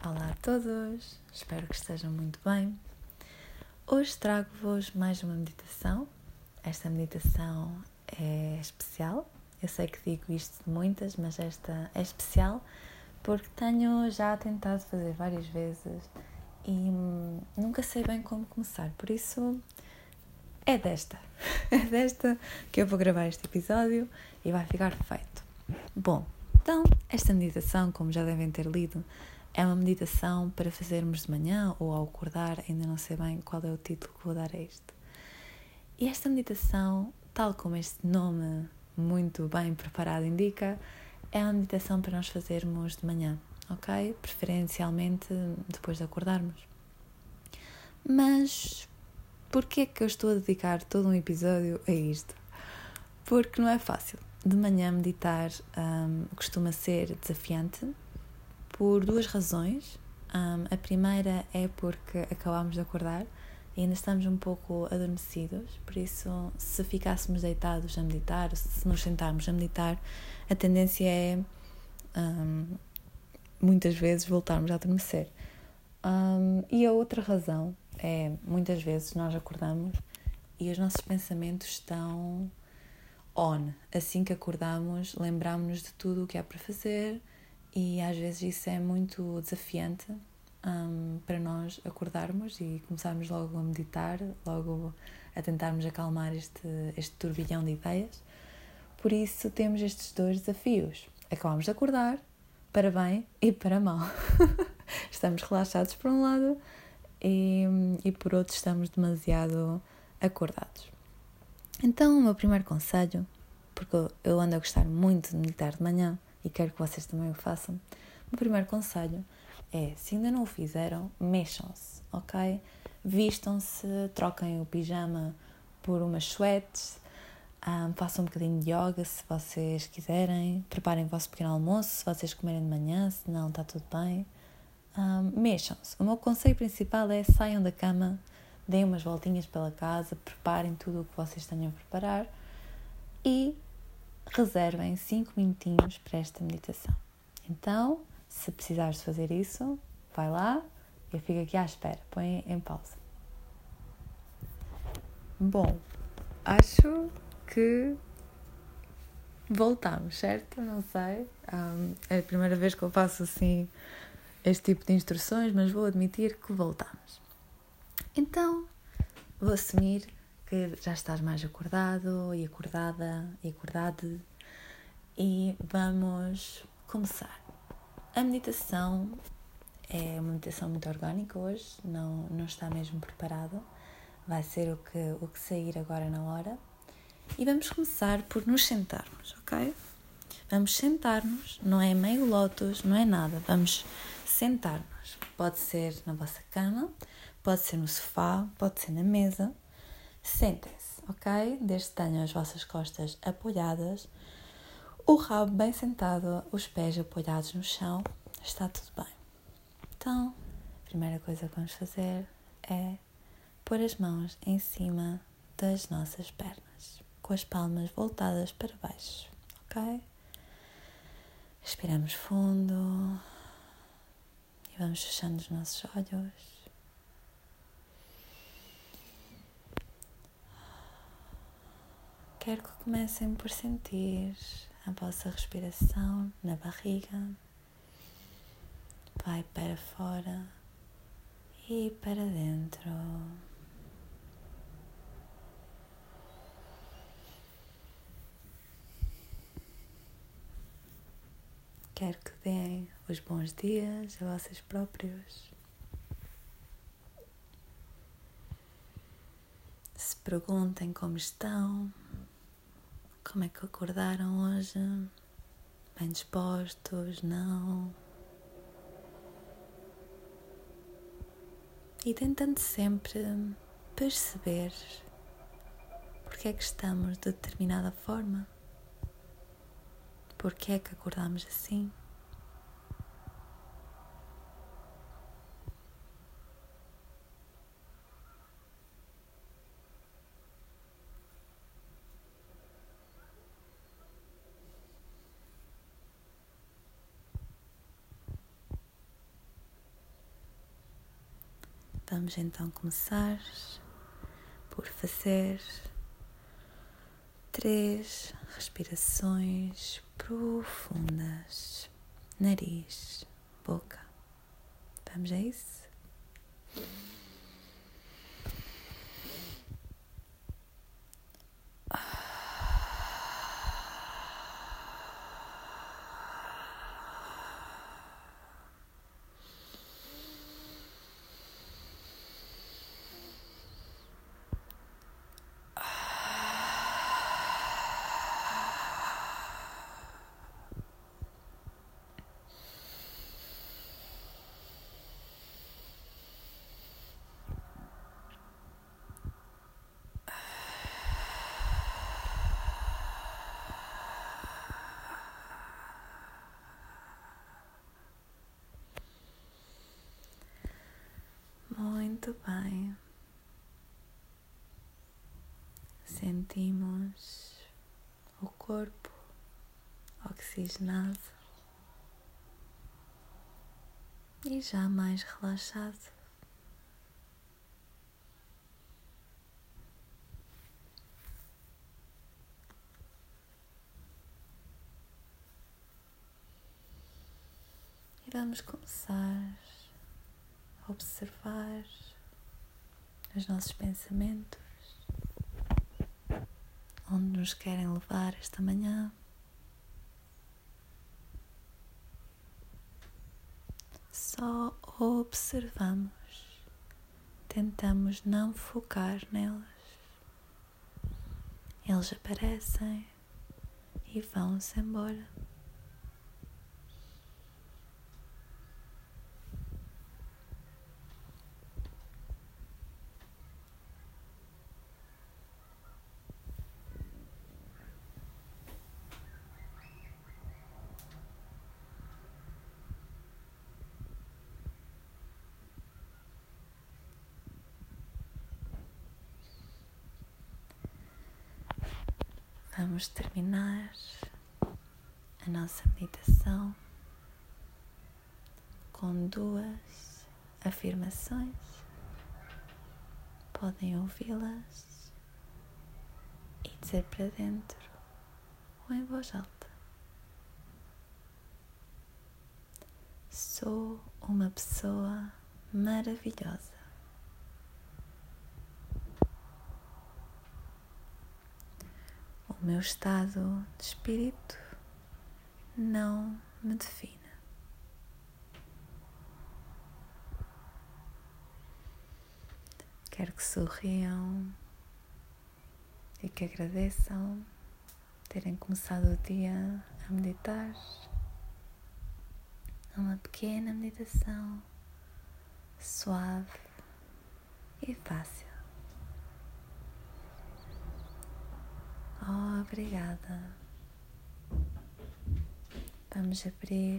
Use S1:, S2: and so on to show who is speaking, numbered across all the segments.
S1: Olá a todos, espero que estejam muito bem. Hoje trago-vos mais uma meditação. Esta meditação é especial. Eu sei que digo isto de muitas, mas esta é especial porque tenho já tentado fazer várias vezes e nunca sei bem como começar. Por isso, é desta que eu vou gravar este episódio e vai ficar feito. Bom, então, esta meditação, como já devem ter lido, é uma meditação para fazermos de manhã ou ao acordar, ainda não sei bem qual é o título que vou dar a isto. E esta meditação, tal como este nome muito bem preparado indica, é uma meditação para nós fazermos de manhã, ok? Preferencialmente depois de acordarmos. Mas porquê é que eu estou a dedicar todo um episódio a isto? Porque não é fácil. De manhã meditar costuma ser desafiante por duas razões. A primeira é porque acabámos de acordar e ainda estamos um pouco adormecidos, por isso se ficássemos deitados a meditar, se nos sentarmos a meditar, a tendência é muitas vezes voltarmos a adormecer. E a outra razão é, muitas vezes nós acordamos e os nossos pensamentos estão on. Assim que acordamos, lembramos-nos de tudo o que há para fazer e às vezes isso é muito desafiante para nós acordarmos e começarmos logo a meditar, logo a tentarmos acalmar este turbilhão de ideias. Por isso temos estes dois desafios. Acabamos de acordar, para bem e para mal. Estamos relaxados por um lado e por outro estamos demasiado acordados. Então o meu primeiro conselho, porque eu ando a gostar muito de meditar de manhã e quero que vocês também o façam, o primeiro conselho é, se ainda não o fizeram, mexam-se, ok? Vistam-se, troquem o pijama por umas sweats, façam um bocadinho de yoga se vocês quiserem, preparem o vosso pequeno almoço se vocês comerem de manhã, se não está tudo bem. Mexam-se. O meu conselho principal é saiam da cama, deem umas voltinhas pela casa, preparem tudo o que vocês tenham a preparar e reservem 5 minutinhos para esta meditação. Então, se precisares de fazer isso, vai lá, eu fico aqui à espera, põe em pausa. Bom, acho que voltamos, certo? Não sei, é a primeira vez que eu faço assim este tipo de instruções, mas vou admitir que voltamos. Então, vou assumir que já estás mais acordado e acordada e acordado e vamos começar. A meditação é uma meditação muito orgânica hoje, não está mesmo preparado, vai ser o que sair agora na hora e vamos começar por nos sentarmos, ok? Vamos sentar-nos, não é meio lótus, não é nada, vamos sentar-nos. Pode ser na vossa cama, pode ser no sofá, pode ser na mesa. Sentem-se, ok? Desde que tenham as vossas costas apoiadas, o rabo bem sentado, os pés apoiados no chão, está tudo bem. Então, a primeira coisa que vamos fazer é pôr as mãos em cima das nossas pernas, com as palmas voltadas para baixo, ok? Respiramos fundo e vamos fechando os nossos olhos. Quero que comecem por sentir a vossa respiração na barriga. Vai para fora e para dentro. Quero que deem os bons dias a vocês próprios. Se perguntem como estão, como é que acordaram hoje, bem dispostos, não. E tentando sempre perceber porque é que estamos de determinada forma, porque é que acordamos assim. Vamos então começar por fazer 3 respirações profundas. Nariz, boca. Vamos a isso? Muito bem. Sentimos o corpo oxigenado e já mais relaxado. E vamos começar a observar os nossos pensamentos, onde nos querem levar esta manhã. Só observamos, tentamos não focar nelas. Eles aparecem e vão-se embora. Vamos terminar a nossa meditação com 2 afirmações. Podem ouvi-las e dizer para dentro ou em voz alta. Sou uma pessoa maravilhosa. O meu estado de espírito não me define. Quero que sorriam e que agradeçam terem começado o dia a meditar. Uma pequena meditação suave e fácil. Obrigada. Vamos abrir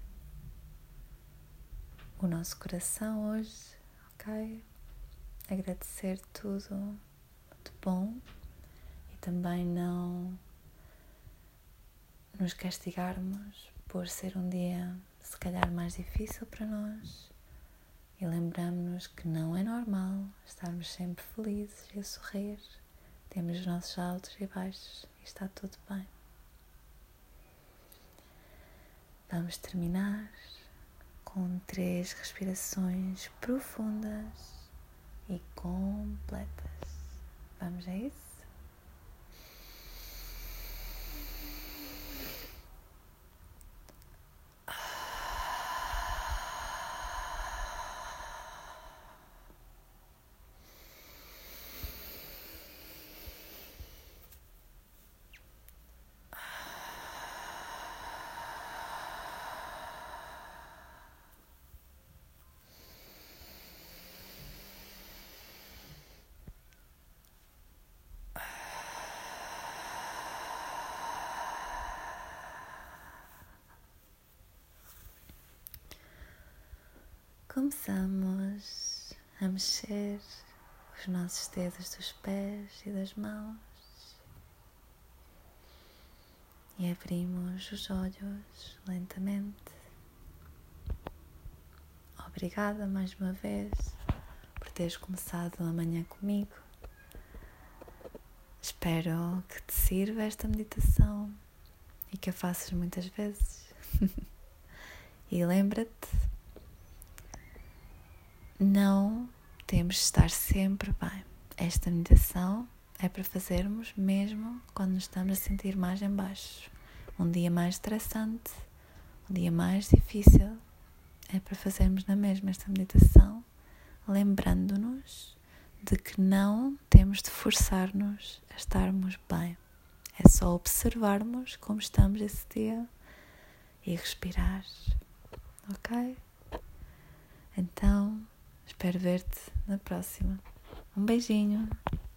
S1: o nosso coração hoje, ok? Agradecer tudo de bom e também não nos castigarmos por ser um dia se calhar mais difícil para nós e lembramos-nos que não é normal estarmos sempre felizes e a sorrir. Temos os nossos altos e baixos e está tudo bem. Vamos terminar com 3 respirações profundas e completas. Vamos a isso? Começamos a mexer os nossos dedos dos pés e das mãos e abrimos os olhos lentamente. Obrigada mais uma vez por teres começado amanhã comigo. Espero que te sirva esta meditação e que a faças muitas vezes. E lembra-te, não temos de estar sempre bem. Esta meditação é para fazermos mesmo quando nos estamos a sentir mais em baixo. Um dia mais estressante, um dia mais difícil, é para fazermos na mesma esta meditação, lembrando-nos de que não temos de forçar-nos a estarmos bem. É só observarmos como estamos esse dia e respirar, ok? Então, espero ver-te na próxima. Um beijinho!